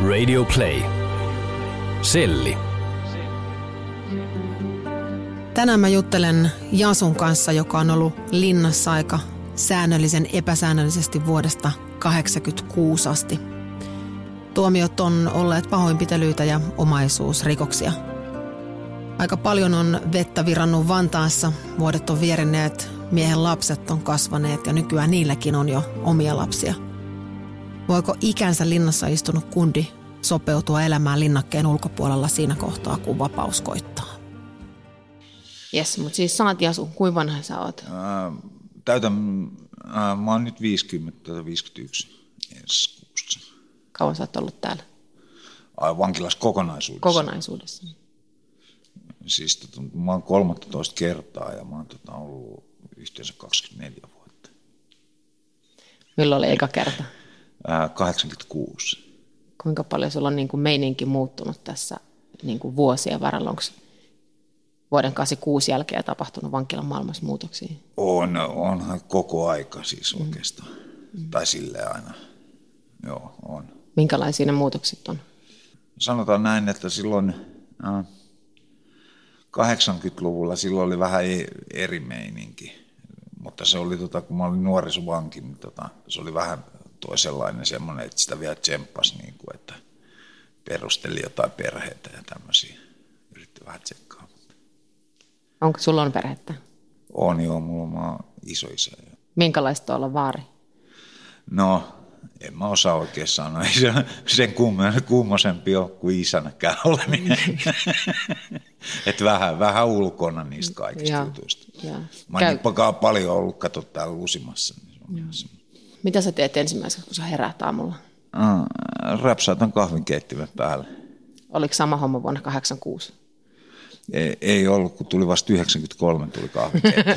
Radio Play. Selli. Tänään mä juttelen Jasun kanssa, joka on ollut linnassa aika säännöllisen epäsäännöllisesti vuodesta 1986 asti. Tuomiot on olleet pahoinpitelyitä ja omaisuusrikoksia. Aika paljon on vettä virannut Vantaassa, vuodet on vierineet, miehen lapset on kasvaneet ja nykyään niilläkin on jo omia lapsia. Voiko ikänsä linnassa istunut kundi sopeutua elämään linnakkeen ulkopuolella siinä kohtaa, kun vapaus koittaa? Jes, mutta siis sä oot Jasu, kuinka vanha sä oot? Mä oon nyt 50 51 ensi kuussa. Kauan sä oot ollut täällä? Vankilassa kokonaisuudessa. Kokonaisuudessa. Siis mä oon 13 kertaa ja mä oon ollut yhteensä 24 vuotta. Milloin oli eka kerta? 86. Kuinka paljon sulla on niin kuin meininki muuttunut tässä niin kuin vuosien varrella? Onko vuoden 86 jälkeen tapahtunut vankilan maailmassa muutoksia? Onhan koko aika siis oikeastaan. Tai silleen aina. Joo, on. Minkälaisia ne muutokset on? Sanotaan näin, että silloin 80-luvulla silloin oli vähän eri meininki. Mutta se oli, kun mä olin nuorisovanki, niin se oli vähän toisenlainen semmoinen, että sitä vielä tsemppasi, niin kuin, että perusteli jotain perheitä ja tämmöisiä. Yritti vähän tsekkaa. Onko sulla on perhettä? On joo, mulla on isoisä. Minkälaista olla vaari? No, en mä osaa oikein sanoa. Ei se sen kummosempi ole kuin isänäkään oleminen. Että vähän ulkona niistä kaikista jutuista. Mä oon niin paljon ollut täällä Lusimassa. Niin mitä sä teet ensimmäiseksi, kun sä heräät aamulla? Räpsautan kahvinkeittimen päälle. Oliko sama homma vuonna 86? Ei ollut, kun tuli vasta 93, tuli kahvinkeittimen.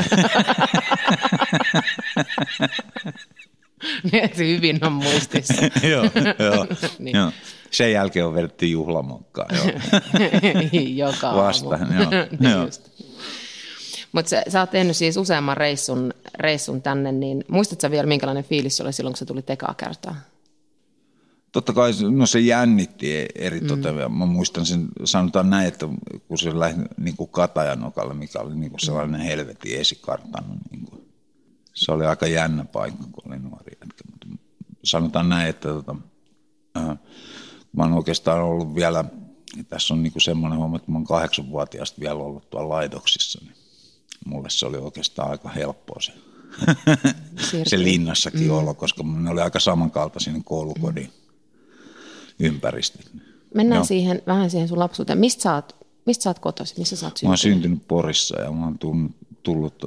Niin, se hyvin on muistissa. Joo. Niin. Joo. Sen jälkeen on vedetty juhlamokkaan. Joka vasta, aamu. Mutta sä oot tehnyt siis useamman reissun tänne, niin muistatko sä vielä, minkälainen fiilis oli silloin, kun sä tulit ekaa kertaa? Totta kai se jännitti Mä muistan sen, sanotaan näin, että kun se lähti niin kuin Katajanokalle, mikä oli niin kuin sellainen helvetin esikartano. Niin kuin, se oli aika jännä paikka, kun oli nuori jätkä. Sanotaan näin, että mä oon oikeastaan ollut vielä, tässä on niin kuin semmoinen homma, että mä oon 8-vuotiaasta vielä ollut tuolla laitoksissa, niin mulle se oli oikeastaan aika helppoa se linnassakin olo, koska ne oli aika samankaltaisia niin koulukodin ympäristöt. Mennään vähän siihen sun lapsuuteen. Mistä sä oot kotoisin? Missä sä oot syntynyt? Mä oon syntynyt Porissa ja mä oon tullut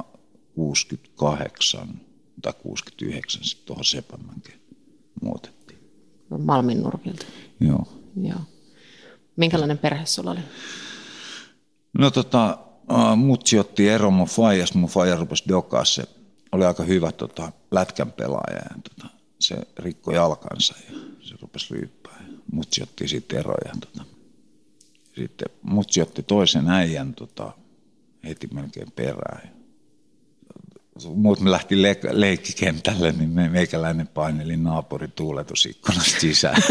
68 tai 69 sitten tuohon Sepänmäkeen muutettiin. Malmin nurkilta. Joo. Minkälainen perhe sulla oli? No mutsi otti eron mun faijas. Mun faija rupesi dokaa. Se oli aika hyvä lätkän pelaaja ja se rikkoi jalkansa ja se rupesi ryyppää. Mutsi otti siitä eroja. Sitten mutsi otti toisen äijän heti melkein perään. Muut me lähti leikkikentälle, niin meikäläinen paineli naapurin tuuletusikkunasta sisään.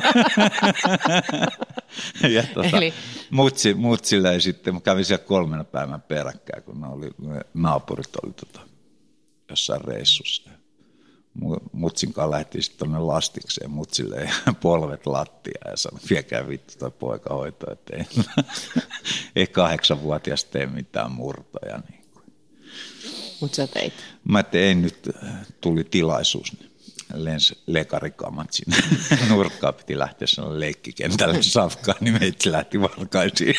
Ja mutsille ei sitten, mä kävin siellä 3 päivän peräkkäin, kun naapurit oli jossain reissussa. Mutsin kanssa lähti sitten tuonne lastikseen mutsille ja polvet lattia ja sanoi, viekää vittu toi poika hoitoa, että ei 8-vuotias tee mitään murtoja. Niin. Mutta sä teit. Mä tein nyt, tuli tilaisuus, niin lensi lekarikamat sinne. Nurkkaan piti lähteä sanoa leikkikentälle safkaan, niin meitä lähti varkaisiin.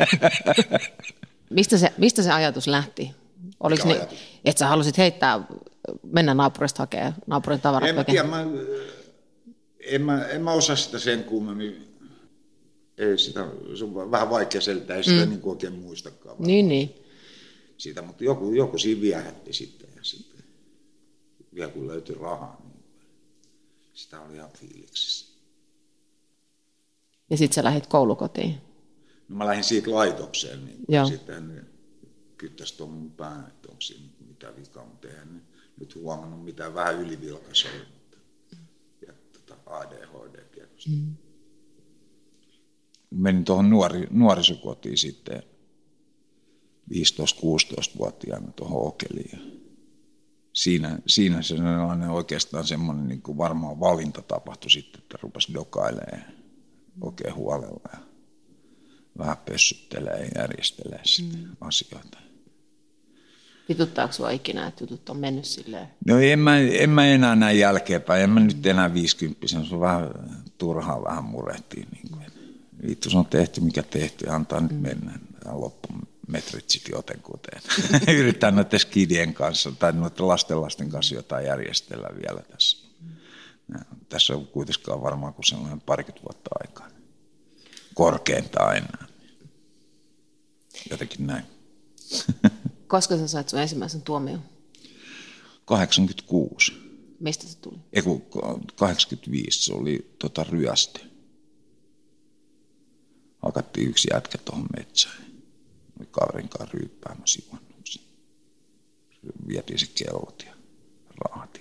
Mistä se ajatus lähti? Oliko niin, että sä halusit mennä naapurista hakemaan naapurin tavarat? En mä tiedä, en mä osaa sitä sen kummemmin. Ei sitä, se on vähän vaikea selittää, ei sitä niin oikein muistakaan. Niin. Siitä, mutta joku siinä viehätti sitten ja sitten vielä kun löytyi rahaa, niin sitä oli ihan fiiliksissä. Ja sitten sä lähdit koulukotiin? No mä lähdin siitä laitokseen, niin sitten ne kyttäisi tuon mun pään, että onko siinä mitään vikaa, mutta eihän nyt huomannut mitään, vähän ylivilkas oli, mutta ja ADHD tietysti. menin tuohon nuorisokotiin sitten 15-16-vuotiaana tuohon Okeliin. Siinä se oikeastaan semmoinen niin kuin varmaan valinta tapahtui sitten, että rupesi dokailemaan oikein huolella ja vähän pössyttelee ja järjestelee sitten asioita. Vituttaako sinua ikinä, että jutut on mennyt silleen? No en mä enää näin jälkeenpäin. En mä nyt enää 50, se on vähän turhaa vähän murehtia. Niin vittu, se on tehty mikä tehty ja antaa nyt mennä. Loppumetrit sitten jotenkuteen. Yritetään noiden skidien kanssa tai noiden lasten kanssa jotain järjestellä vielä tässä. Tässä on kuitenkaan varmaan kuin sellainen parikymmentä vuotta aikaa. Korkeintaan enää. Jotenkin näin. Koska sä sait sun ensimmäisen tuomion? 86. Mistä se tuli? 85 se oli ryöstö. Hakattiin yksi jätkä tuohon metsään. Oli kaverin kanssa ryyppäämässä juhannuksen. Vietiin se kellot ja rahat.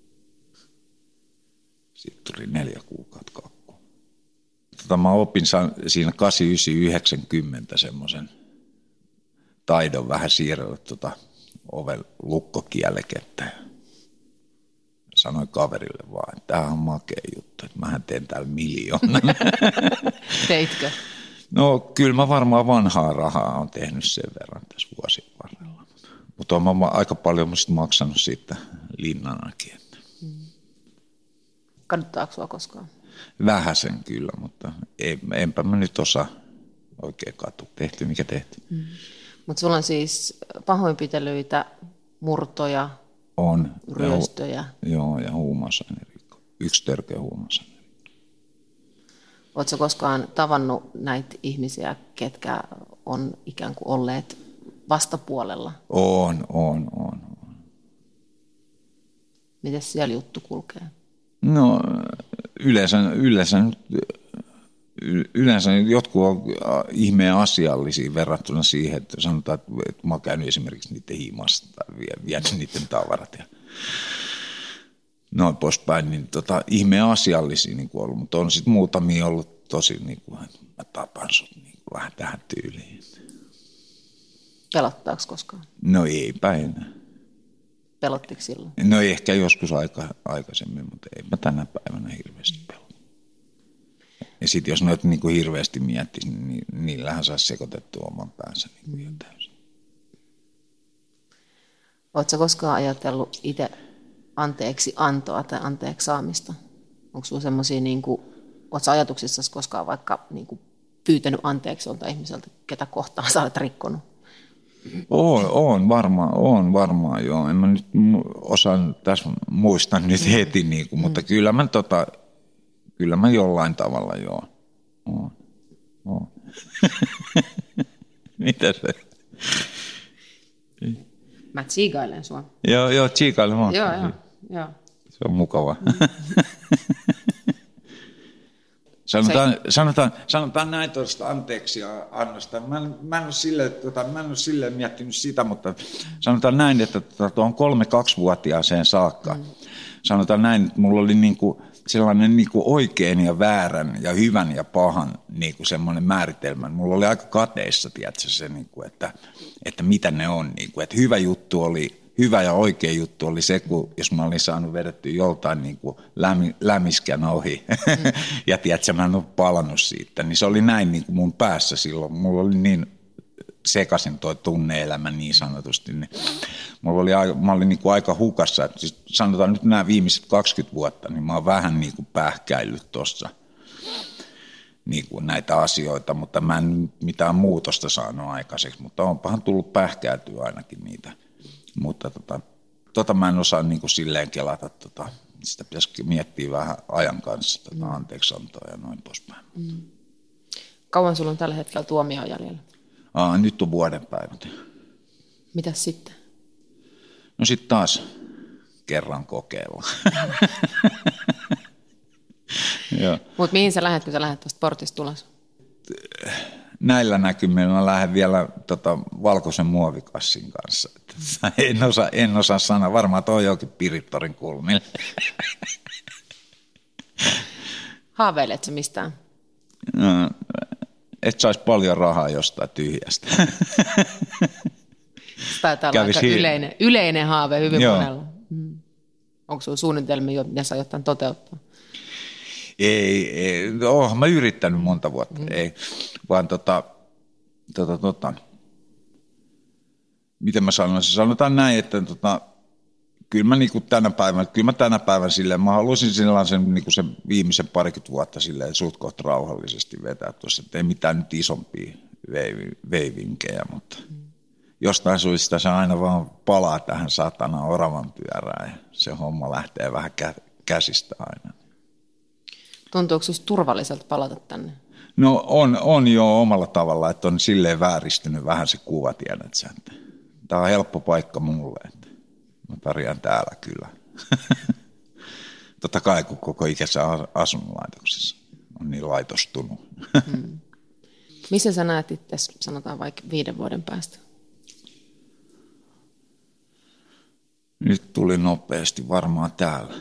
Sitten tuli 4 kuukautta kakkua. Mä opin siinä 89-90 semmoisen taidon vähän siirrellä oven lukkokielekettä. Sanoin kaverille vaan, että tämähän on makea juttu, että mähän teen täällä miljoonan. Teitkö? No kyllä mä varmaan vanhaa rahaa on tehnyt sen verran tässä vuosien varrella. Mutta olen mä aika paljon maksanut siitä linnanakin. Kaduttaako sua koskaan? Vähäsen kyllä, mutta enpä mä nyt osaa oikein katua. Tehty mikä tehty. Mutta sulla on siis pahoinpitelyitä, murtoja, on ryöstöjä. Joo, ja huumausainerikko. 1 törkeä huumausainerikko. Oletko koskaan tavannut näitä ihmisiä, ketkä on ikään kuin olleet vastapuolella? On. Miten siellä juttu kulkee? No yleensä jotkut on ihmeen asiallisia verrattuna siihen, että sanotaan, että mä oon käynyt esimerkiksi niiden himasta tai vienyt niiden tavarat ja noin poispäin, niin ihmeen asiallisia niin ollut, mutta on sitten muutamia ollut tosi, niin kuin, että mä tapan sut niin vähän tähän tyyliin. Pelottaako koskaan? No eipä enää. Pelottiko silloin? No ehkä joskus aikaisemmin, mutta eipä tänä päivänä hirveästi pelota. Ja sitten jos noita niin kuin hirveästi miettisi, niin niillähän saisi sekoitettua oman päänsä niin kuin jo täysin. Oletko koskaan ajatellut itse anteeksi antoa tai anteeksi saamista? Onko sinulla semmoisia, oletko ajatuksissasi koskaan vaikka niin kuin pyytänyt anteeksi jolta ihmiseltä, ketä kohtaan sä olet rikkonut? On varmaan joo. En mä nyt osaa tässä muistaa nyt heti, niin kuin, mutta kyllä mä jollain tavalla joo. Oon. Mitä se? Mä tsiikailen sua. Joo, tsiikailen vaan. Joo. Se on mukavaa. Sanotaan näin tuosta anteeksi ja annosta. Mä en ole silleen miettinyt sitä, mutta sanotaan näin, että tuohon 3-2-vuotiaaseen saakka. Sanotaan näin, että mulla oli niinku sellainen niinku oikein ja väärän ja hyvän ja pahan niinku semmoinen määritelmä. Mulla oli aika kateissa, tiedätkö, se, niinku, että mitä ne on. Niinku, että hyvä ja oikea juttu oli se, jos mä olin saanut vedettyä joltain niin kuin lämiskän ohi ja tiedätkö, mä en ole palannut siitä. Niin se oli näin niin kuin mun päässä silloin. Mulla oli niin sekaisin toi tunne-elämä niin sanotusti. Niin mä olin niin kuin aika hukassa. Että siis sanotaan nyt nämä viimeiset 20 vuotta, niin mä oon vähän niin kuin pähkäillyt tuossa niin kuin näitä asioita, mutta mä en mitään muutosta saanut aikaiseksi. Mutta onpahan tullut pähkäytyä ainakin niitä. Mutta mä en osaa niin kuin silleen kelata, sitä pitäisi miettiä vähän ajan kanssa, anteeksiantoa ja noin poispäin. Kauan sulla on tällä hetkellä tuomio jäljellä? Nyt on vuoden päivät. Mitäs sitten? No sitten taas kerran kokeillaan. Mutta mihin sä lähdet, kun sä lähdet tuosta portista tulossa? Näillä näkymillä mä lähden vielä valkoisen muovikassin kanssa. En osaa sanoa, varmaan toi jokin Pirittorin kulmille. Haaveiletko mistään? et saisi paljon rahaa jostain tyhjästä. Taitaa olla aika yleinen haave hyvin monella. Onko sinulla suunnitelmia, mitä sä aiot toteuttaa? Ei. Oonhan mä yrittänyt monta vuotta. Ei, vaan miten mä sanoisin? Sanotaan näin, että kyllä mä niinku tänä päivänä silleen, mä haluaisin sellaisen niinku sen viimeisen parikymmentä vuotta silleen suht koht rauhallisesti vetää tuossa, että ei mitään nyt isompia veivinkejä, mutta jostain syystä se aina vaan palaa tähän satana oravan pyörään ja se homma lähtee vähän käsistä aina. Tuntuuko sinusta turvalliselta palata tänne? No on jo omalla tavalla, että on silleen vääristynyt vähän se kuva, tiedät sä. Tämä on helppo paikka mulle, että mä pärjään täällä kyllä. Totta kai, kun koko ikänsä asunnolaitoksessa on niin laitostunut. Missä sä näet itse, sanotaan vaikka 5 vuoden päästä? Nyt tuli nopeasti varmaan täällä.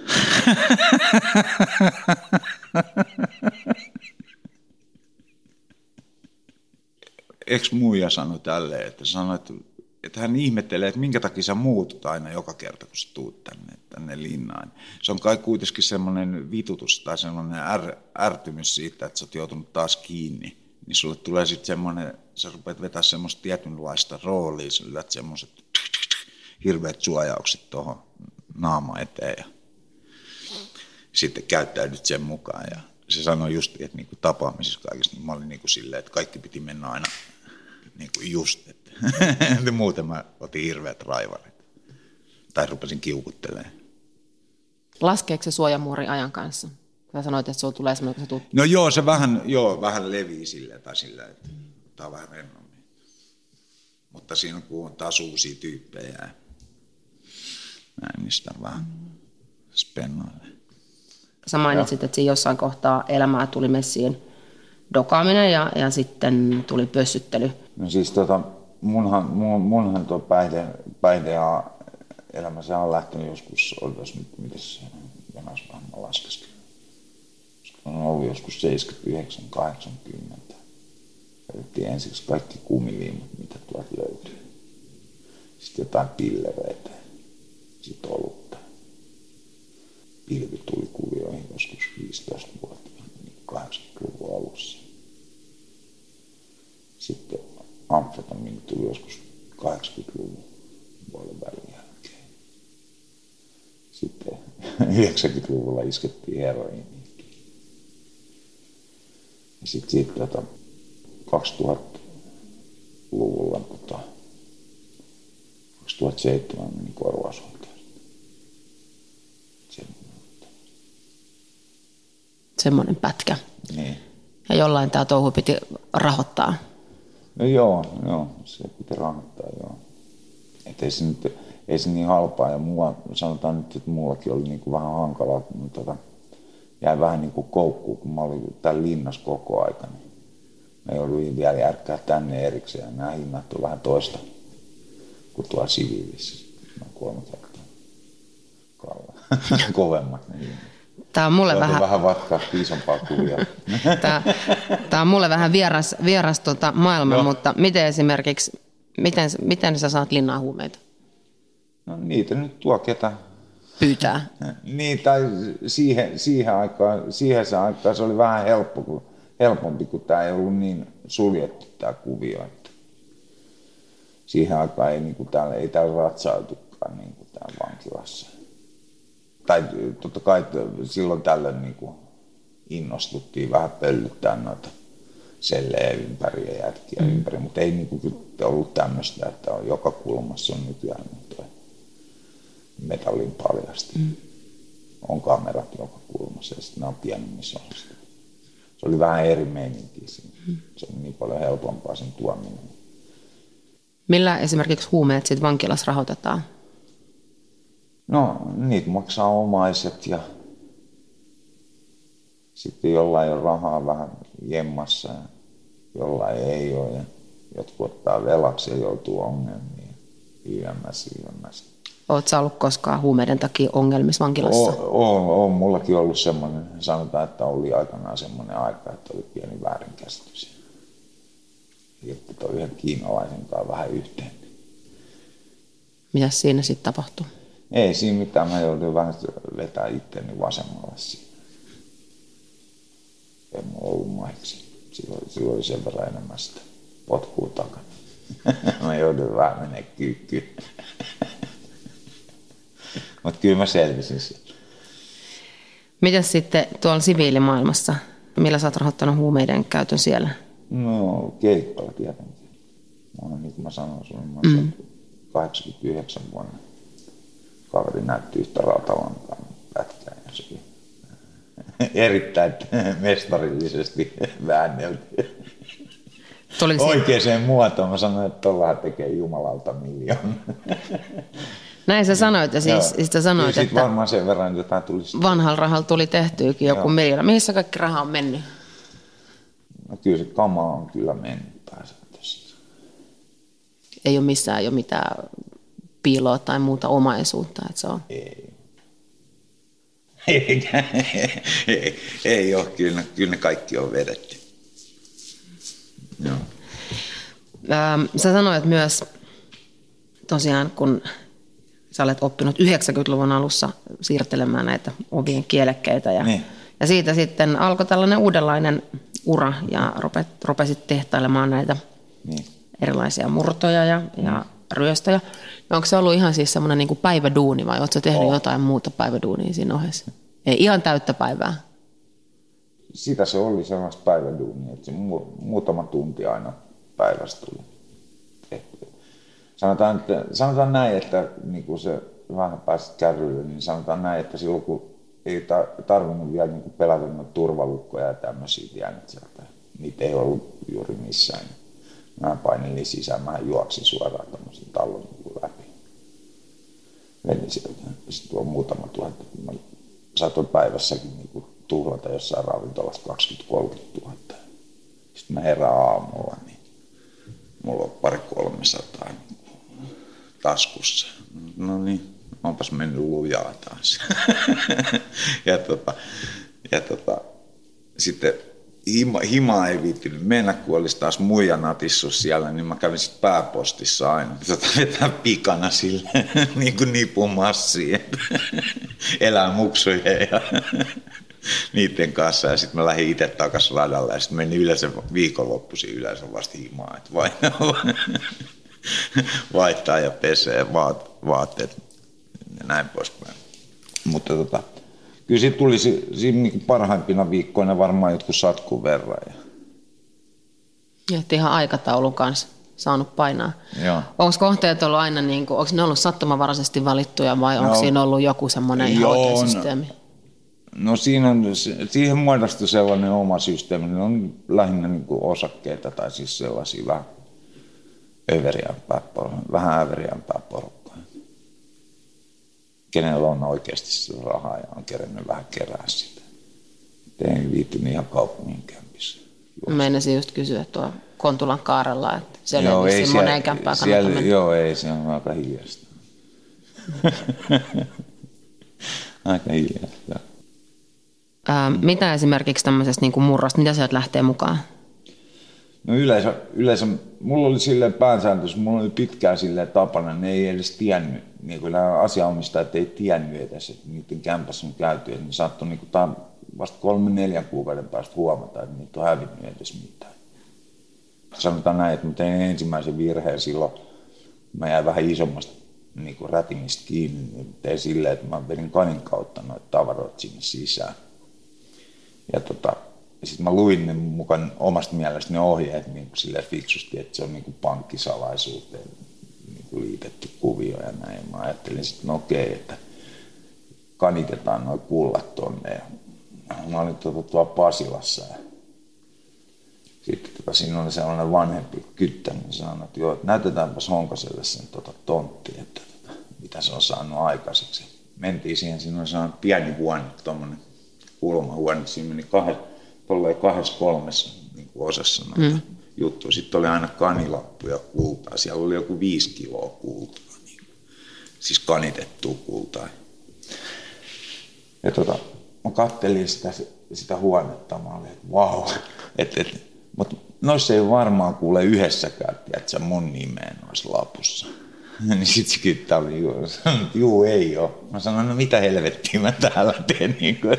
Eikö muija sanoi tälleen, että sanoi, että hän ihmettelee, että minkä takia sä muutut aina joka kerta, kun sä tuut tänne linnaan. Se on kai kuitenkin semmoinen vitutus tai semmoinen ärtymys siitä, että sä oot joutunut taas kiinni. Niin sulle tulee sitten semmoinen, sä rupeat vetää semmoista tietynlaista roolia, sä lyöt semmoiset hirveät suojaukset tuohon naama eteen ja sitten käyttäydyt sen mukaan. Ja se sanoi just, että niinku tapaamisissa kaikissa, niin mä olin niinku silleen, että kaikki piti mennä aina niinku just. Että muuten mä otin hirveät raivarit. Tai rupesin kiukuttelemaan. Laskeeko se suojamuuri ajan kanssa? Sä sanoit, että sulla tulee semmoinen, kun sä tulet. No joo, se vähän levii silleen tai silleen, että ottaa vähän rennommin. Mutta siinä kun on taas uusia tyyppejä, näin niistä vähän spennoille. Sä mainitsit, että siinä jossain kohtaa elämää tuli messiin dokaaminen ja sitten tuli pössyttely. No siis munhan tuo päihde ja elämä, se on lähtenyt joskus, olipas nyt, mites jonas vähän mä laskeskin. On ollut joskus 79-80. Käytettiin ensiksi kaikki kumiliimut, mitä tuolta löytyy. Sitten jotain pillereitä, sitten olutta. Pilvi tuli kuvioihin joskus 15 vuotta, niin 80-luvun alussa. Sitten amfetamiini tuli joskus 80-luvun puolen välin jälkeen. Sitten 90-luvulla iskettiin heroiiniin. Ja sitten 2000-luvulla 2007 meni korvaushoitoon. Semmoinen pätkä. Niin. Ja jollain tämä touhu piti rahoittaa. No joo, se piti rahoittaa, joo. Et ei se niin halpaa ja sanotaan nyt, että mullakin oli niinku vähän hankalaa, mutta jäi vähän niinku koukkuun, kun mä olin täällä linnassa koko aika. Niin mä jouduin vielä järkkää tänne erikseen ja nämä hinnat on vähän toista kuin tuolla siviilissä. Mä 3 kertaa kovemmat ne hinnat. Tämä on mulle vähän vatkaa isompaa kuvia. Tämä on mulle vähän vieras maailma, mutta miten esimerkiksi, miten sä saat linnaan huumeita? No niitä nyt tuo ketä pyytää. Niin, tai siihen aikaan se oli vähän helpompi, kun tämä ei ollut niin suljettu tämä kuvio. Että siihen aikaan ei täällä ratsailtukaan niin kuin täällä vankilassa. Tai totta kai silloin tällöin niin kuin innostuttiin vähän pöllyttää noita sellejä ympäri ja jätkiä ympäri, mutta ei niin kuin ollut tämmöistä, että on joka kulmassa on nykyään tuo metallin paljasti. On kamerat joka kulmassa ja sitten nämä on pienemmissä osassa. Se oli vähän eri meininkiä siinä. Se on niin paljon helpompaa sen tuominen. Millä esimerkiksi huumeet sitten vankilassa rahoitetaan? No, niitä maksaa omaiset ja sitten jollain on rahaa vähän jemmassa ja jollain ei ole. Ja jotkut ottaa velaksi ja joutuu ongelmiin YMS. Oletko sä ollut koskaan huumeiden takia ongelmissa vankilassa? On mullakin ollut semmoinen, sanotaan, että oli aikanaan semmoinen aika, että oli pieni väärinkäsitys. hirtti toi yhden kiinalaisen kanssa vähän yhteen. Mitäs siinä sitten tapahtui? Ei siinä mitään, mä jouduin vähän vetää itseäni vasemmalle siinä. Ei mulla ollut mahiksi. Silloin oli sen verran enemmän sitä potkua takana. Mä jouduin vähän menemään kyykkyyn. Mutta kyllä mä selvisin siitä. Mitäs sitten tuolla siviilimaailmassa? Millä sä oot rahoittanut huumeiden käytön siellä? No keikkoilla tietenkin. Niin kuin mä sanoin sulle, 89 vuonna kaveri näytti yhtä rautalankaa pätkään ja se erittäin mestarillisesti väänneltiin. Oikeaan muotoon mä sanoin, että tollahan tekee Jumalalta miljoona. Näin sä sanoit, ja siis sä sanoit, että varmaan sen verran jotain tuli. Vanhalla rahalla tuli tehtyykin joku miljoona. Mihin se kaikki raha on mennyt? No kyllä se kama on kyllä mennyt pääsääntöisesti. Ei ole missään mitään piiloa tai muuta omaisuutta, että se on? Ei ole, kyllä ne kaikki on vedetty. Joo. Sä sanoit myös tosiaan, kun sä olet oppinut 90-luvun alussa siirtelemään näitä ovien kielekkeitä ja siitä sitten alkoi tällainen uudenlainen ura ja rupesit tehtailemaan näitä erilaisia murtoja ja ryöstöjä. Ja onko se ollut ihan siis semmoinen niin kuin päiväduuni vai ootko sä tehnyt jotain muuta päiväduunia siinä ohessa? Ei ihan täyttä päivää. Sitä se oli sellaista päiväduunia, että se muutama tunti aina päivästä tuli. Sanotaan näin, että niin kun se vähän pääsit kärryille, niin sanotaan näin, että silloin kun ei tarvinnut vielä niin pelätä turvalukkoja ja tämmöisiä jäänyt sieltä. Niitä ei ollut juuri missään. Mä painelin sisään, mä juoksin suoraan tämmöisen tallon läpi. Menin sieltä. Sitten tuo muutama tuhat. Mä saatoin päivässäkin niin tuhlata jossain ravintolassa 20-30 000. Sitten mä herään aamulla, niin mulla on 200-300 taskussa. No niin, onpas mennyt lujaa taas. Sitten himaa ei viittinyt mennä, kun olisi taas muija natissu siellä, niin mä kävin sitten pääpostissa aina. Vetää pikana sille, niin kuin nipun massiin, elää muksuja ja niiden kanssa. Ja sitten mä lähdin itse takaisin radalle ja sitten menin yleensä viikonloppuisin yleensä vasta himaa, että vaihtaa ja pesee vaatteet ja näin poispäin. Mutta kyllä siitä tuli siinä niin parhaimpina viikkoina varmaan jotkut satkun verran. Ja et ihan aikataulun kanssa saanut painaa. Onko kohteet ollut aina, onko ne ollut sattumavaraisesti valittuja vai onko siinä ollut joku semmoinen ihan oikea systeemi? No siihen muodostui sellainen oma systeemi. Ne on lähinnä niin kuin osakkeita tai siis sellaisia vähän äveriämpää porukkaa. Kenellä on oikeasti sitä rahaa ja on kerennyt vähän kerää sitä. Ei viittynyt ihan kaupungin kämpissä. Meinasin just kysyä tuo Kontulan Kaarella, että siellä ei vissiin moneen kämppään kannata mennä. Joo, ei, se on aika hiljaista. Aika hiljaista. Mitä esimerkiksi tämmöisestä niin kuin murrosta, mitä sieltä lähtee mukaan? No yleensä mulla oli silleen pääsääntöisesti, mulla oli pitkään silleen tapana, ne ei edes tiennyt, niin kuin nämä asianomistajat ei tiennyt edes, että niiden kämpässä on käyty, että ne saattoi niin kuin vasta 3-4 kuukauden päästä huomata, että niitä on hävinnyt edes mitään. Sanotaan näin, että mä tein ensimmäisen virheen silloin, mä jäin vähän isommasta niin kuin rätingistä kiinni, niin tein silleen, että mä vedin kanin kautta noita tavaroita sinne sisään. Ja sitten mä luin ne mukaan omasta mielestä ne ohjeet niin silleen fiksusti, että se on niin kuin pankkisalaisuuteen niin kuin liitetty kuvio ja näin. Mä ajattelin sitten, no okei, että kanitetaan nuo kullat tonne. Mä olin tuolla Pasilassa ja sitten siinä oli sellainen vanhempi kyttä, niin sanoi, että joo, näytetäänpäs Honkoselle sen tontti, että mitä se on saanut aikaiseksi. Mentiin siihen, siinä oli sellainen pieni huone, tuommoinen kulmahuone, siinä meni 2-3 niin osassa noita juttuja. Sitten oli aina kanilappuja kultaa, siellä oli joku 5 kiloa kultaa, niin siis kanitettua kultaa. Ja mä kattelin sitä huonetta, mä olin, että vau. Mutta noissa ei varmaan kuule yhdessäkään, tiedätkö, mun nimeä noissa lapussa. Niin sit se kyttä oli juu ei oo. Mä sanoin, no mitä helvettiä mä täällä teen niin kuin.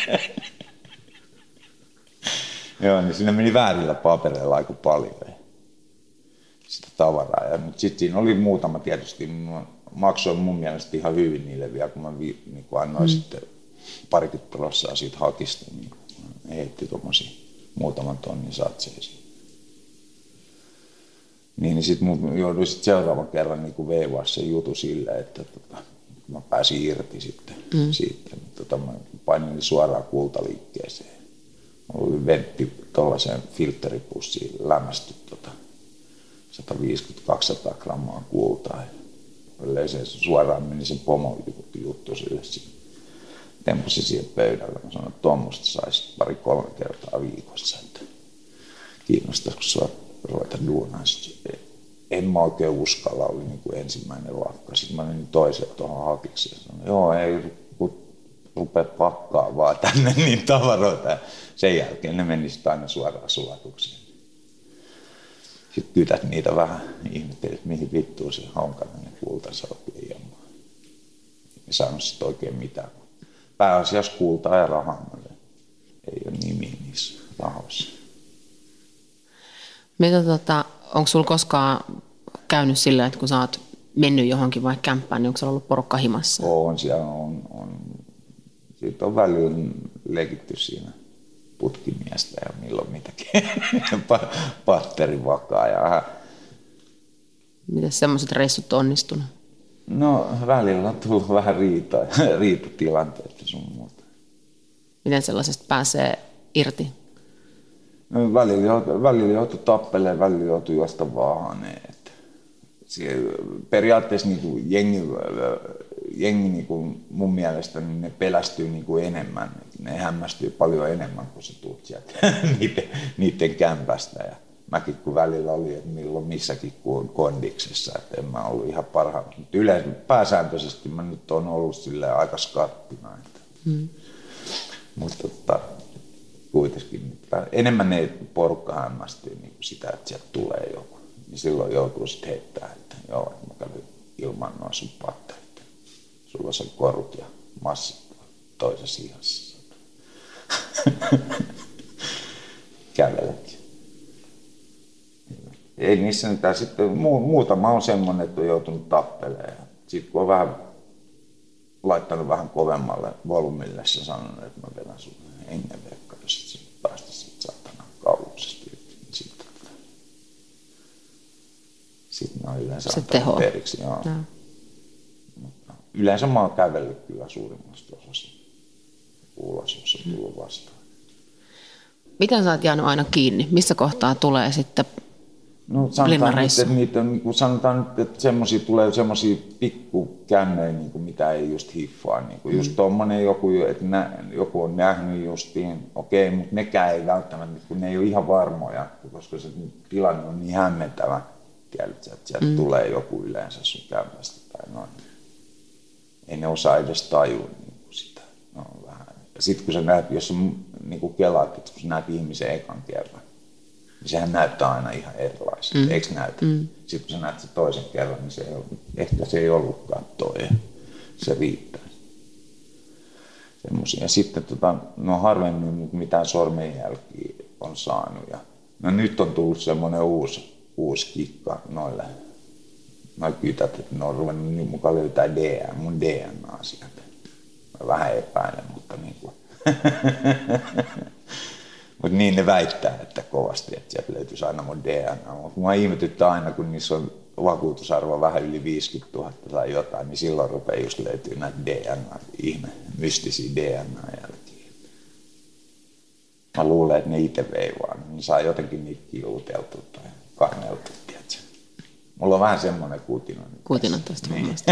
Joo, niin siinä meni väärillä papereilla aika paljon sitä tavaraa. Mutta sitten siinä oli muutama tietysti, maksoin mun mielestä ihan hyvin niille vielä, kun mä niin kun annoin sitten 20% siitä hakista, niin heitti tuommoisia muutaman tonnin satseisiin. Niin sitten jouduin sit seuraavan kerran niin veivaa sen jutu silleen, että mä pääsin irti sitten siitä. Mä painin suoraan kultaliikkeeseen. Mulla oli ventti tuollaiseen filtteripussiin lämästy 150-200 grammaa kultaa. Se suoraan meni sen pomon juttu sille. Temposin siihen pöydälle. Mä sanoin, että tuommoista saisi 2-3 kertaa viikossa. Että kiinnostaisiko sua ruveta duunaan. En mä oikein uskalla, oli niin kuin ensimmäinen lakka. Sitten mä menin toiseen tuohon hakiksi ja sanoin, joo ei rupea pakkaa vaan tänne niin tavaroita. Sen jälkeen ne menisivät aina suoraan sulatukseen. Sitten kytät niitä vähän, ihmettelit mihin vittuun se honkainen kultansa oikein jammaa. Ei saanut sitten oikein mitään. Pääasiassa kultaa ja rahaa. Ei ole nimiä niissä rahoissa. Onko sulla koskaan käynyt sillä, että kun sä oot mennyt johonkin vaikka kämppään, niin onko sulla ollut porukka himassa? Siellä on. Siitä on välillä leikitty siinä putkimiestä ja milloin mitäkin. Patterin vakaa. Ja miten semmoiset reissut on onnistunut? No välillä on tullut vähän riitatilanteita sun muuta. Miten sellaisesta pääsee irti? No, välillä joutui tappelemaan, välillä joutui juosta vaahaneen. Periaatteessa niin jengi niin kuin mun mielestä niin ne pelästyy niin kuin enemmän. Ne hämmästyy paljon enemmän, kun sä tulet sieltä niiden kämpästä. Ja mäkin kun välillä oli, että milloin missäkin kuin kondiksessa, että en mä ollut ihan parhaana. Mutta yleensä pääsääntöisesti mä nyt oon ollut silleen aika skattina. Mutta kuitenkin enemmän ne porukka hämmästyy niin kuin sitä, että sieltä tulee joku. Niin silloin joutuu sitten heittämään, että joo, mä kävin ilman noin sun patterit. Sulla on sen korut ja massit toisessa ihassa. Käveletkin. Ei niissä mitään. Sitten muutama on semmoinen, että on joutunut tappelemaan. Sitten kun on vähän laittanut vähän kovemmalle volumille, se sanonut, että mä vedän sun hengenvekka, jos sitten päästä siitä saatana kauluksesta. Sitten ne on yleensä antanut periksi. Joo. No. Yleensä mä oon kävellyt kyllä suurimmasta osasta ulos, jos on tullut vastaan. Miten sä oot jäänyt aina kiinni? Missä kohtaa tulee sitten linnanreissu? Sanotaan nyt, että tulee semmoisia pikkukännöjä, niin mitä ei just hiffaa. Niin just tommonen joku, että joku on nähnyt justiin, okei, mutta nekään ei välttämättä, kun ne ei ole ihan varmoja, koska se tilanne on niin hämmentävä. Tiedätkö, että sieltä tulee joku yleensä sun kämpästä tai noin. Ei ne osaa edes tajua niin sitä. No, vähän. Ja sitten kun sä näet, jos sä niin kelaat, että kun sä näet ihmisen ekan kerran, niin sehän näyttää aina ihan erilaiselta. Eikö näytä? Sitten kun sä näet sen toisen kerran, niin ehkä se ei ollutkaan toi. Se riittää. Semmosia. Ja sitten no harvemmin mitään sormenjälkiä on saanut. Ja, no nyt on tullut semmoinen uusi kikka noille kytät, että ne on ruvennut niin mukaan löytää mun DNA sieltä. Mä vähän epäilen, mutta niin kuin. Mutta niin ne väittää, että kovasti, että sieltä löytyisi aina mun DNA. Mutta mua ihmetyttää aina, kun niissä on vakuutusarvo vähän yli 50 000 tai jotain, niin silloin rupeaa just löytyy näitä mystisiä DNA-jälkiä. Mä luulen, että ne itse vei vaan. Ne saa jotenkin niitä kiuteltua tai kanneltua, tiedätkö? Mulla on vähän semmoinen kutina. Kutina tästä hommasta.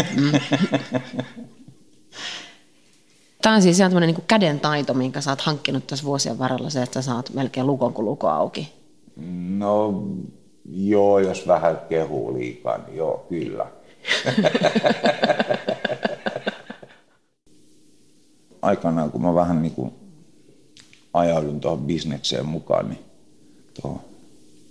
Tämä on siis ihan tämmöinen niin käden taito, minkä sä oot hankkinut tässä vuosien varrella, se, että sä saat melkein lukon kuin luko auki. No joo, jos vähän kehuu liikaa, niin joo, kyllä. Aikanaan, kun mä vähän niin kuin ajaudun tuohon bisnekseen mukaan, niin tuohon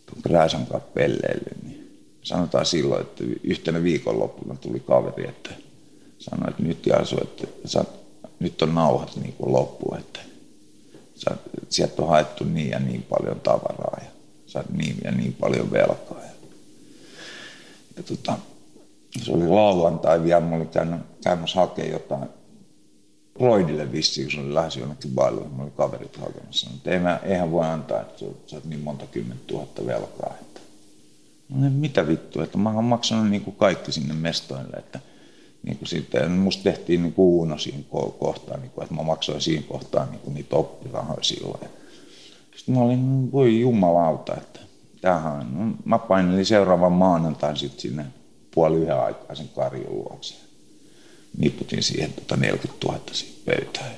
Rääsän kanssa pelleily, niin sanotaan silloin, että yhtenä viikonloppuna tuli kaveri, että sanoi, että nyt Jaasu, että nyt on nauhat niin kuin loppu, että sieltä on haettu niin ja niin paljon tavaraa ja saat niin ja niin paljon velkaa. Se oli lauantai vielä, mä olin käymässä hakemaan jotain Broidille vissiin, kun se oli lähes jonnekin bailille, mä olin kaverit hakemassa. Mutta eihän voi antaa, että sä oot niin monta 10 000 velkaa. No, mitä vittua, että mä oon maksanut niin kuin kaikki sinne mestoille, että niin kuin sitten musta tehtiin niin kuin uuno siinä kohtaa, niin kuin, että mä maksoin siinä kohtaa niin kuin niitä oppirahoja silloin. Sitten mä olin, voi jumalauta, että tämähän, no, mä painelin seuraavan maanantain sitten sinne 12:30 aikaa sen Karjun luokse. Niputin siihen 40 000 siihen pöytään.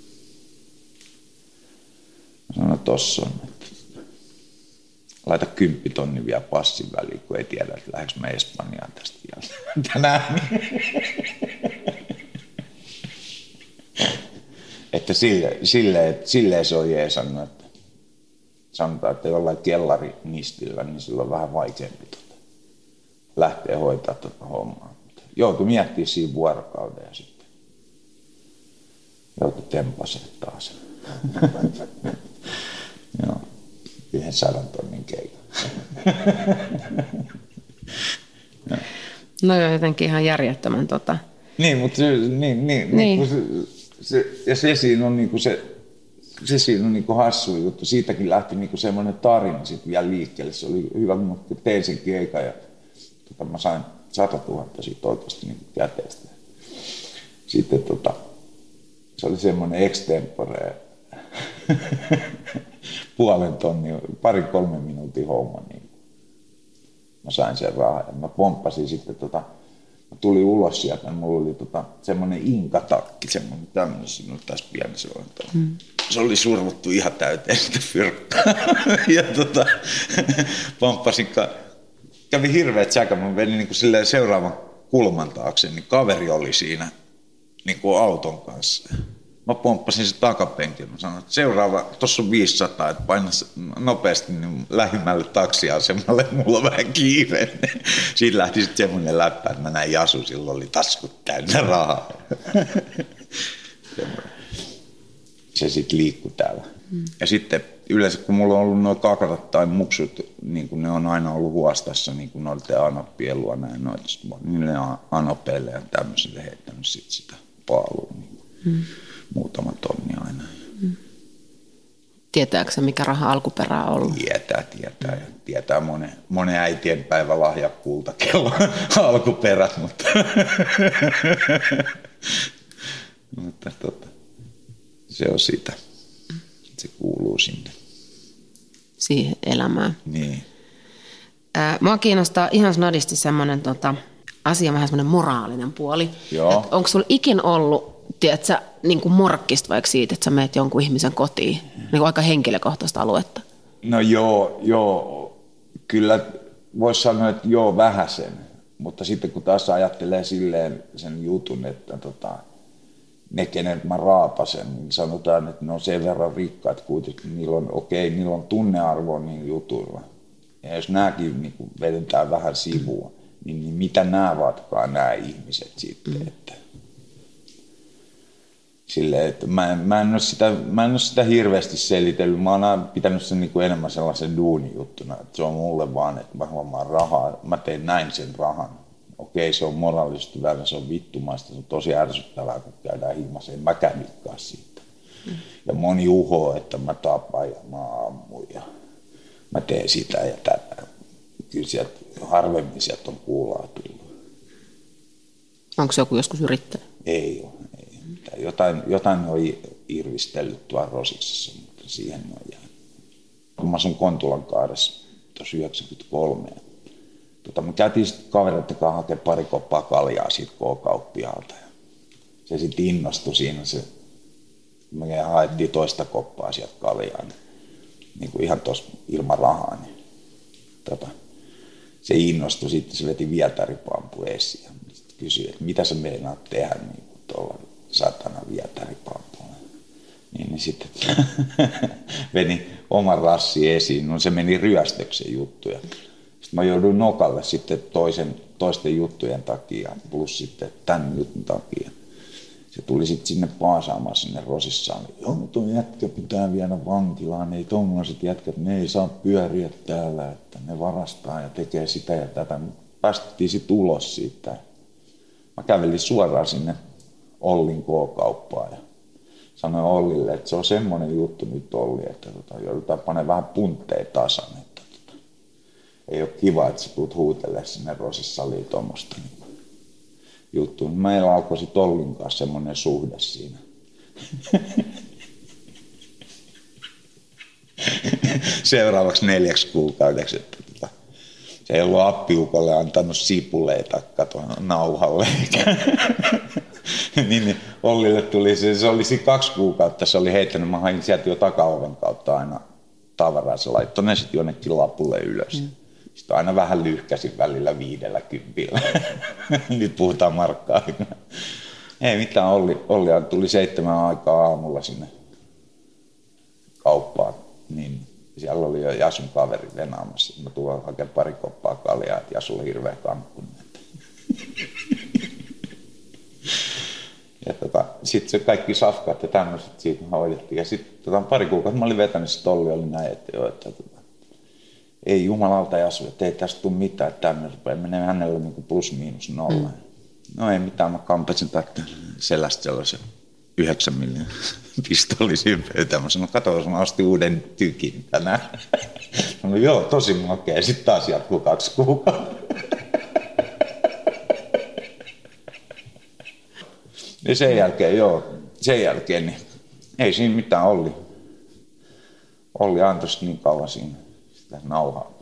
Mä sanoin, tossa on, että laita 10 000 vielä passin väliin, kun ei tiedä, että lähdekö mä Espanjaan tästä vielä tänään. Että silleen se on jeesannut, että sanotaan, että jollain kellarinistillä, niin sillä on vähän vaikeampi lähteä hoitaa tuota hommaa. Joutui miettimään siinä vuorokauden ja sitten joutui tempasemaan taas. Joo, 100 000 keikan. No joo, jotenkin ihan järjettömän Niin, mutta se siinä on niinku se siinä on niinku hassu juttu. Siitäkin lähti niinku semmoinen tarina sitten vielä liikkeelle. Se oli hyvä, kun tein sen keikan ja mä sain 100 000 siitä oikeasti niinku käteistä. Sitten se oli semmoinen extempore 0,5 tonnia, 2-3 minuutin homma. Niin mä sain sen rahaa ja mä pomppasin sitten mä tulin ulos sieltä, niin mulla oli semmoinen inkatakki, semmoinen tämmöinen, siinä oli tässä pieni sellainen. Se oli survottu ihan täyteen sitä fyrkkaa. Ja pomppasin, kävi hirveät säkä, mä menin niin kuin seuraavan kulman taakse, niin kaveri oli siinä niin kuin auton kanssa. Mä pomppasin se takapenkin, mä sanoin, että seuraava, tossa on 500, että paina nopeasti niin lähimmälle taksiasemalle, mulla on vähän kiire. Siitä lähti sitten semmoinen läppä, että mä näin Jasu, silloin oli taskut täynnä rahaa. Se sitten liikkui täällä. Ja sitten yleensä kun mulla on ollut nuo kakarat tai muksut, niin kun ne on aina ollut huostassa, niin kun noiden anoppien luo näin noita, niin ne anopeille ja tämmöisille heittänyt sit sitä paalua. Niin muutama tonni aina. Tietääkö mikä raha alkuperä on ollut? Tietää monen äitien päivälahja kultakello alkuperät, mutta se on sitä. Se kuuluu sinne. Siihen elämään. Niin. Mua kiinnostaa ihan snadisti semmoinen asia, vähän semmoinen moraalinen puoli. Onko sulla ikin ollut, tiedätkö, niin kuin morkkista vaikka siitä, että sä meet jonkun ihmisen kotiin, niin kuin aika henkilökohtaista aluetta? No joo. Kyllä voisi sanoa, että joo vähäsen, mutta sitten kun taas ajattelee silleen sen jutun, että ne, kenet mä raapasen, niin sanotaan, että ne on sen verran rikkaat kuitenkin, niillä on tunnearvoa niin jutuilla. Ja jos nääkin niin vedetään vähän sivua, niin mitä nämä vaatkaan nämä ihmiset sitten, että silleen, että mä en ole sitä hirveästi selitellyt. Mä oon aina pitänyt sen niin kuin enemmän sellaisen duunijuttuna, että se on mulle vaan, että mä huomaan rahaa, mä teen näin sen rahan. Okei, se on moraalisesti väärin, se on vittumaista, se on tosi ärsyttävää, kun käydään himmassa, en mäkään mikään siitä. Ja moni uhoo, että mä tapan ja mä ammun ja mä teen sitä ja tätä. Kyllä sieltä harvemmin sieltä on kuulaa tullut. Onko se joku joskus yrittänyt? Ei ole. Jotain ne on irvistellyt tuolla Rosiksessa, mutta siihen ne on jäänyt. Kun mä asun Kontulan kaaressa tuossa 93, me käytiin sitten kavereiden kanssa hakemaan 2 koppaa kaljaa siitä K-kauppiaalta. Se sitten innostui siinä, me haettiin 2 koppaa sieltä kaljaa, niin kuin ihan tuossa ilman rahaa. Niin, se innostui sitten, se veti vietaripampu esiin ja kysyi, että mitä sä meinaat tehdä niin tuolla satana vietaripampulla. Niin sitten meni oman rassi esiin. No se meni ryöstöksen juttuja. Sitten mä jouduin nokalle sitten toisten juttujen takia plus sitten tämän jutun takia. Se tuli sitten sinne paasaamaan sinne Rosissaan. Joo, tuo jätkä pitää viedä vankilaan. Ei tommoiset jätkät, ne ei saa pyöriä täällä, että ne varastaa ja tekee sitä ja tätä. Päästettiin sitten ulos siitä. Mä kävelin suoraan sinne Ollin K-kauppaan ja sanoin Ollille, että se on semmoinen juttu nyt Olli, että joudutaan panemaan vähän puntteja tasan. Että ei ole kiva, että sä tulet huutelemaan sinne Rosissaliin tuommoista juttua. Meillä alkoi sitten Ollin kanssa semmoinen suhde siinä. Seuraavaksi 4 kuukaudeksi, että se ei ollut appiukolle antanut sipuleita nauhalle. niin Ollille tuli se oli siinä 2 kuukautta, se oli heittänyt, mä hain sieltä jo takaoven kautta aina tavaraa, se laittoi ne sitten jonnekin lapulle ylös. Sitten aina vähän lyhkäsin välillä 50. Nyt puhutaan markkaa. Ei mitään, Olli tuli 7 aikaa aamulla sinne kauppaan, niin siellä oli jo Jasun kaveri venaamassa. Mä tulen hakemaan 2 koppaa kaljaa, että Jasulla on hirveä kankkunen. Ja sitten se kaikki safkat ja tämmöiset siitä hoidettiin. Ja sitten 2 kuukautta mä olin vetänyt, sitten Olli oli näin, että joo, että ei jumalauta Jasu, että ei tästä tule mitään, että tämmöinen menee hänellä niin kuin plus miinus nolla. No ei mitään, mä kampasin selästä sellaisen 9 mm pistoli siihen pöytään. Mä sanoin, kato, mä ostin uuden tykin tänään. Mä sanoin, joo, tosi makea. Sitten taas jatkuu 2 kuukautta. Ja sen jälkeen, niin ei siinä mitään Olli antoi niin kauan sitä nauhaa.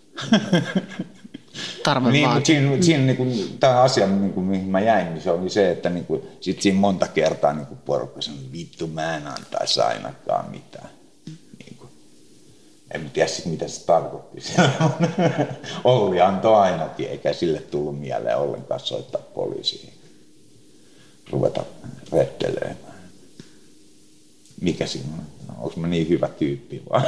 Niin, mutta siinä niin tämä asia, niin mihin mä jäin, niin se oli se, että niin sit siinä monta kertaa niin porukka sanoi, vittu mä en antaisi ainakaan mitään. Niin en mä tiedä mitä se tarkoitti. Olli antoi ainakin, eikä sille tullut mieleen ollenkaan soittaa poliisiin. Ruveta rettelöimään. Mikä siinä on? Onko mä niin hyvä tyyppi vaan?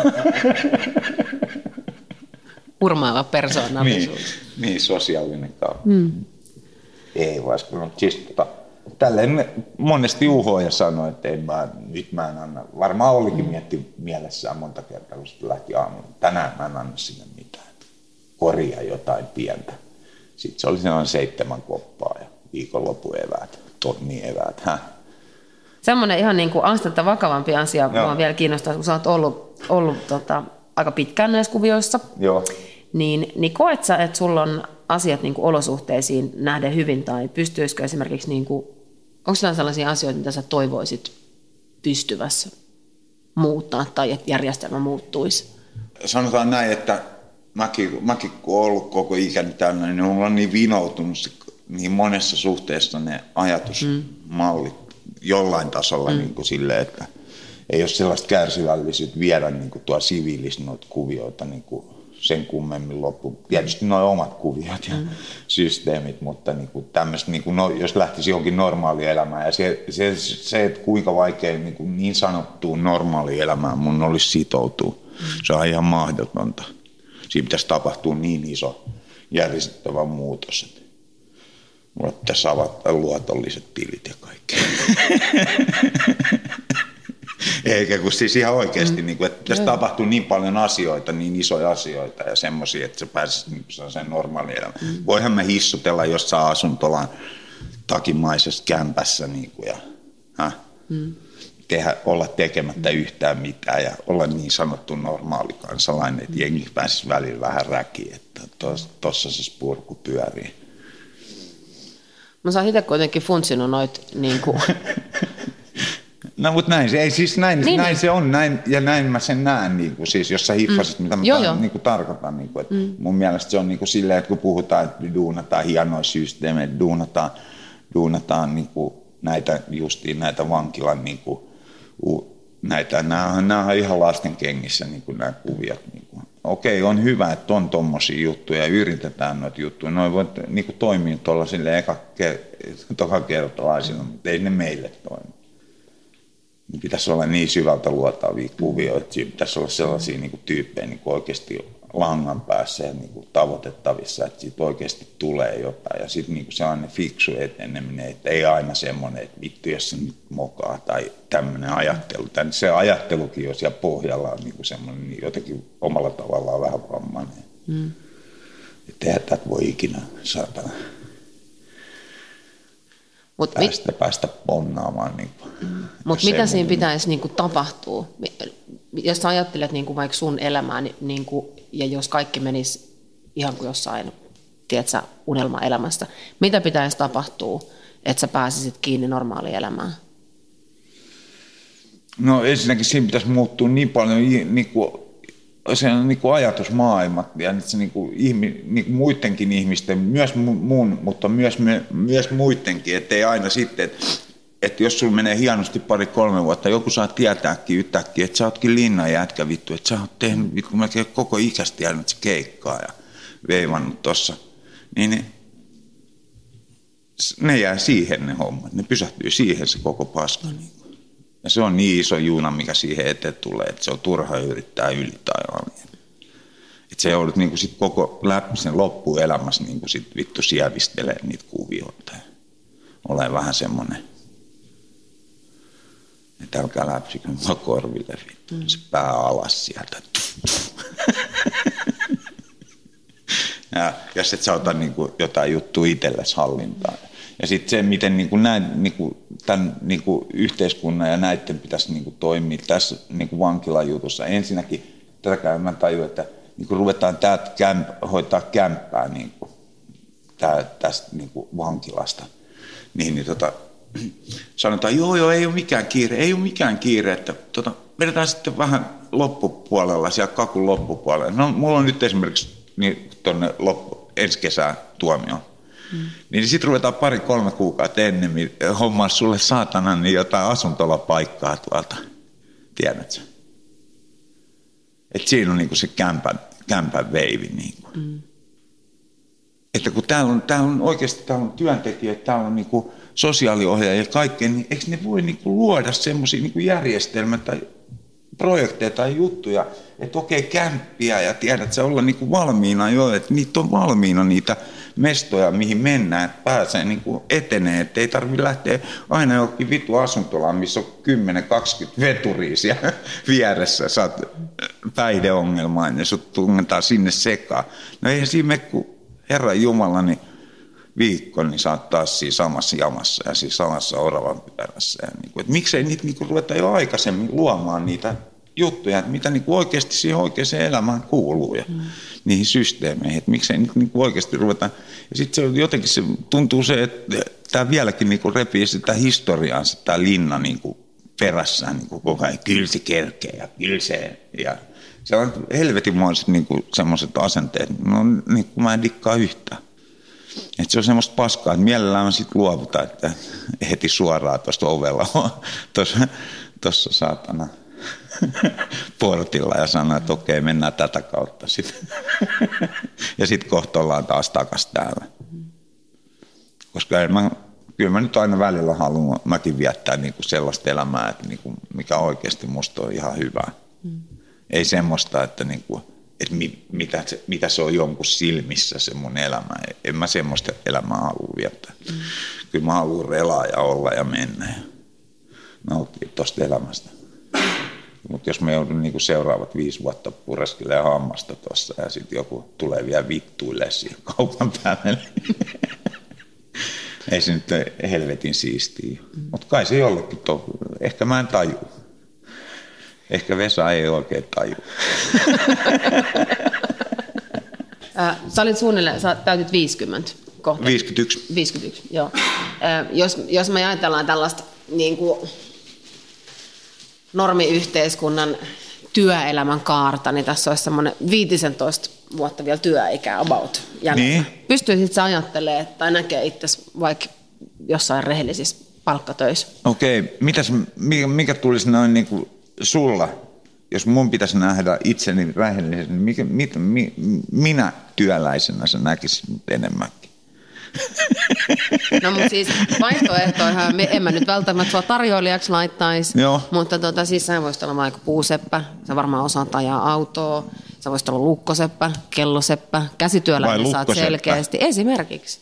Urmaava persoonallisuus. Niin, sosiaalinen kautta. Ei vaan, siis tälleen monesti uhoja sanoi, että nyt mä en anna. Varmaan Ollikin mietti mielessään monta kertaa, kun sitten lähti aamulla. Tänään mä en anna sinne mitään. Korjaa jotain pientä. Sitten se oli sellainen 7 koppaa ja viikonloppueväät, tonnieväät. Semmoinen ihan niin kuin astetta vakavampi asia, mua vielä kiinnostaa, kun sä oot ollut aika pitkään näissä kuvioissa. Joo. Niin koet sä, että sulla on asiat niin kuin olosuhteisiin nähden hyvin, tai pystyisikö esimerkiksi, niin kuin, onko siellä sellaisia asioita, mitä sä toivoisit pystyvässä muuttaa, tai että järjestelmä muuttuisi? Sanotaan näin, että mäkin kun olen ollut koko ikäni täynnä, niin mulla on niin vinoutunut niin monessa suhteessa ne ajatusmallit jollain tasolla niin kuin silleen, että ei ole sellaista kärsivällisyyttä viedä niin kuin tuo siviilissä noita kuvioita niin kuin sen kummemmin loppuun. Tietysti nuo omat kuviot ja systeemit, mutta niin kuin tämmöistä, niin kuin jos lähtisi johonkin normaalielämään ja se että kuinka vaikea niin sanottuun normaalielämään mun olisi sitoutua, se on ihan mahdotonta. Siinä pitäisi tapahtua niin iso järjestettävä muutos, että mulle pitäisi avata luotolliset tilit ja kaikki. Eikä kun siis ihan oikeasti, niin kuin, että pitäisi tapahtua niin paljon asioita, niin isoja asioita ja semmoisia, että se pääsisi niin sellaiseen normaaliin elämään. Voihan me hissutella jossain asuntolan takimaisessa kämpässä niin kuin, ja olla tekemättä yhtään mitään ja olla niin sanottu normaali kansalainen, että jengi pääsisi välillä vähän räkiin, että tuossa se spurku pyörii. Mä saan itse kuitenkin funtsinut noit niinku. No mutta näin se on, ja näin mä sen näen, niinku, siis jos sä hiffasit, mitä mä niinku, tarkoitan. Niinku, että mun mielestä se on niinku, silleen, että kun puhutaan, että duunataan hienoja systeemejä, duunataan niinku, näitä vankilan, niinku, nämä on ihan lasten kengissä niinku, nämä kuviot. Niinku. Okei, on hyvä, että on tommosia juttuja ja yritetään noita juttuja. Noi voi niinku, toimia tuolla silleen tokakertalaisilla, mutta ei ne meille toimi. niin pitäisi olla niin syvältä luotaavia kuvioita, että siinä pitäisi olla sellaisia niin kuin tyyppejä niin kuin oikeasti langan päässä ja niin kuin tavoitettavissa, että siitä oikeasti tulee jotain. Ja sitten niin sellainen fiksu eteneminen, että ei aina semmoinen, että vittu jos se nyt mokaa tai tämmöinen ajattelu. Se ajattelukin jo siellä pohjalla on niin kuin semmoinen niin jotenkin omalla tavallaan vähän vammainen. Että eihän tätä voi ikinä saatana päästä ponnaamaan. Niin mutta mitä siinä pitäisi niin kuin tapahtua? Jos sä ajattelet niin kuin vaikka sun elämää, niin kuin, ja jos kaikki menisi ihan kuin jossain, tiedätkö, unelmaelämässä, mitä pitäisi tapahtua, että sä pääsisit kiinni normaaliin elämään? No ensinnäkin siinä pitäisi muuttua niin paljon niin kuin ajatusmaailmat ja se niin kuin muidenkin ihmisten, myös mun, mutta myös muidenkin, ettei aina sitten, että jos sulla menee hienosti 2-3 vuotta, joku saa tietääkin yhtäkkiä, että sä ootkin linnan jätkä vittu, että sä oot tehnyt vittu melkein koko ikästi jäänyt se keikkaa ja veivannut tossa, niin ne jää siihen ne hommat, ne pysähtyy siihen se koko paska. Ja se on niin iso juuna, mikä siihen eteen tulee, että se on turha yrittää yli tai aliin. Että se joudut niin sit koko läpi sen loppuelämässä niin sit vittu sievistelee niitä kuvioita. Olen vähän semmoinen, että älkää läpsikö mua korville vittu. Se pää alas sieltä. Ja jos et sä ota niin jotain juttua itsellesi hallintaan. Ja sitten se, miten tämän yhteiskunnan ja näiden pitäisi toimia tässä vankilajutussa. Ensinnäkin tätäkään mä tajun, että ruvetaan täältä hoitaa kämppää tästä vankilasta. Sanotaan, joo, ei ole mikään kiire, että vedetään sitten vähän loppupuolella, siellä kakun loppupuolella. No, mulla on nyt esimerkiksi tuonne ensi kesään tuomioon. Niin sitten ruvetaan 2-3 kuukautta ennen hommaa sulle saatana niin jotain asuntolapaikkaa tuolta, tiedätkö? Että siinä on niinku se kämpän veivi. Niinku. Että kun täällä on oikeasti työntekijöitä, täällä on niinku sosiaaliohjaajia ja kaikkea, niin eikö ne voi niinku luoda semmoisia niinku järjestelmiä tai projekteja tai juttuja, että okei, kämppiä ja tiedät sä olla niinku valmiina jo, että niitä on valmiina niitä mestoja, mihin mennään, että pääsee niinku etenee, että ei tarvitse lähteä aina johonkin vitu asuntolaan, missä on 10-20 veturia siellä vieressä, saat päihdeongelmaa ja sut tunnetaan sinne sekaan. No eihän siinä mene kuin Herran Jumala, niin viikko, niin sä oot taas siinä samassa jamassa ja siinä samassa oravan pyörässä. Ja niinku, että miksei niitä niinku ruveta jo aikaisemmin luomaan niitä juttuja, että mitä niinku oikeasti siihen oikeaan elämään kuuluu ja niihin systeemeihin, että miksei niitä niinku oikeasti ruveta. Ja sitten se jotenkin se tuntuu se, että tämä vieläkin niinku repii sitä historiaansa, tämä linna niinku perässään niinku koko ajan, kyllä se kerkee ja kyllä se. Ja se on helvetinmoiset niinku semmoiset asenteet, no niinku mä en dikkaa yhtään. Että se on semmoista paskaa, että mielellään mä sitten luovutaan, että heti suoraan tuosta ovella tuossa saatana portilla ja sanoo, että okei, mennään tätä kautta sitten. Ja sitten kohta ollaan taas takaisin täällä. Koska kyllä mä nyt aina välillä haluan mäkin viettää niinku sellaista elämää, että niinku, mikä oikeasti musta on ihan hyvää. Ei semmoista, että mitä se on jonkun silmissä se mun elämä. En mä semmoista elämää halua viettää. Kyllä mä haluan relaa ja olla ja mennä ja nauttia tuosta elämästä. Mutta jos mä joudun niinku seuraavat 5 vuotta pureskelemaan hammasta tuossa ja sitten joku tulee vielä vittuille siihen kaupan päälle, ei se nyt helvetin siistiä. Mutta kai se jollekin ehkä mä en taju. Ehkä Vesa ei oikein taju. Sä olit suunnilleen, sä täytit 50 kohta. 51, joo. Jos me ajatellaan tällaista niin kuin normiyhteiskunnan työelämän kaarta, niin tässä olisi semmoinen 15 vuotta vielä työikää about. Niin. Pystyisit sä ajattelemaan tai näkee itsesi vaikka jossain rehellisissä palkkatöissä? Okei, mikä tulisi noin niin kuin sulla, jos mun pitäisi nähdä itseni rehellisesti, niin minä työläisenä sä näkisit enemmänkin? No mutta siis vaihtoehtoihan, en mä nyt välttämättä sua tarjoilijaksi laittaisi, mutta siis sä voisit olla vaikka puuseppä, sä varmaan osaat ajaa autoa, sä voisit olla lukkoseppä, kelloseppä, käsityöläinen saat selkeästi, esimerkiksi.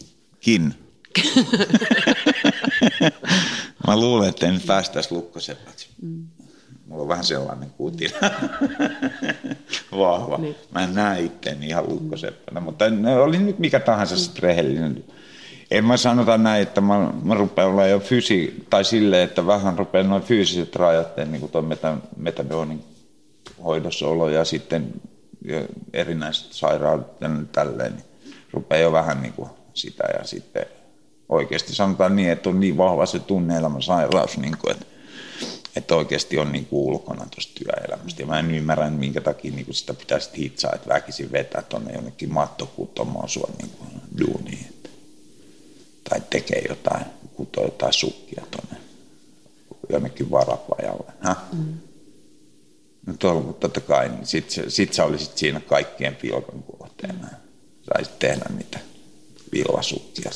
Mä luulen, että en päästäisi lukkoseppäksi. Mulla on vähän sellainen kutina. Vahva. Niin. Mä en näe itteeni ihan lukkoseppänä, mutta oli nyt mikä tahansa sitten rehellinen. En mä sanota näin, että mä rupean olla jo tai silleen, että vähän rupean noin fyysiset rajat, niin kuin tuon metadonin hoidossa olo ja sitten erinäiset sairaudet ja tälleen, niin rupeaa jo vähän niin kuin sitä ja sitten oikeasti sanotaan niin, että on niin vahva se tunne-elämän sairaus, niin kuin, että oikeasti on niin kuin ulkona tuosta työelämästä. Ja mä en ymmärrä, minkä takia niin kuin sitä pitäisi hitsaa, että väkisin vetää tuonne jonnekin mattokutomaan sua niin kuin duuniin. Tai tekee jotain, kutoo jotain sukkia tuonne jonnekin varapajalle. No tuolla totta kai, niin sit sä olisit siinä kaikkien pilkan kohteena. Saisit tehdä niitä villasukkia.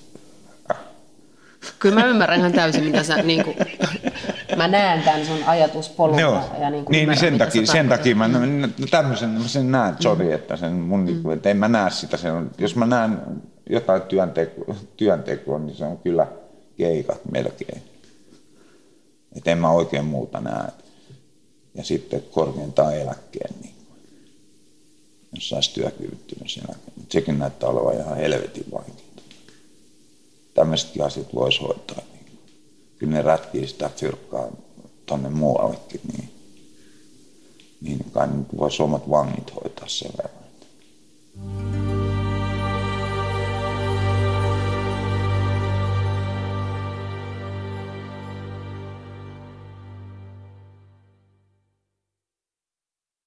Kyllä mä ymmärrän ihan täysin, mitä sä, niin kuin, mä näen tämän sun ajatuspolun. Ja niin sen takia mä tämmöisen mä sen näen, sori, että sen mun, että en mä näe sitä. Jos mä näen jotain työntekoa, niin se on kyllä keikat melkein. Että en mä oikein muuta näe. Ja sitten korkeintaan eläkkeen, niin jos saisi työkyvyttömyyseläkkeen. Sekin näyttää olevan ihan helvetin vaikeaa. Tämmöisetkin asiat voisi hoitaa. Niin. Kyllä ne rätkii sitä fyrkkaa tonne muuallekin. Niin kai nyt voisi omat vangit hoitaa sen verran.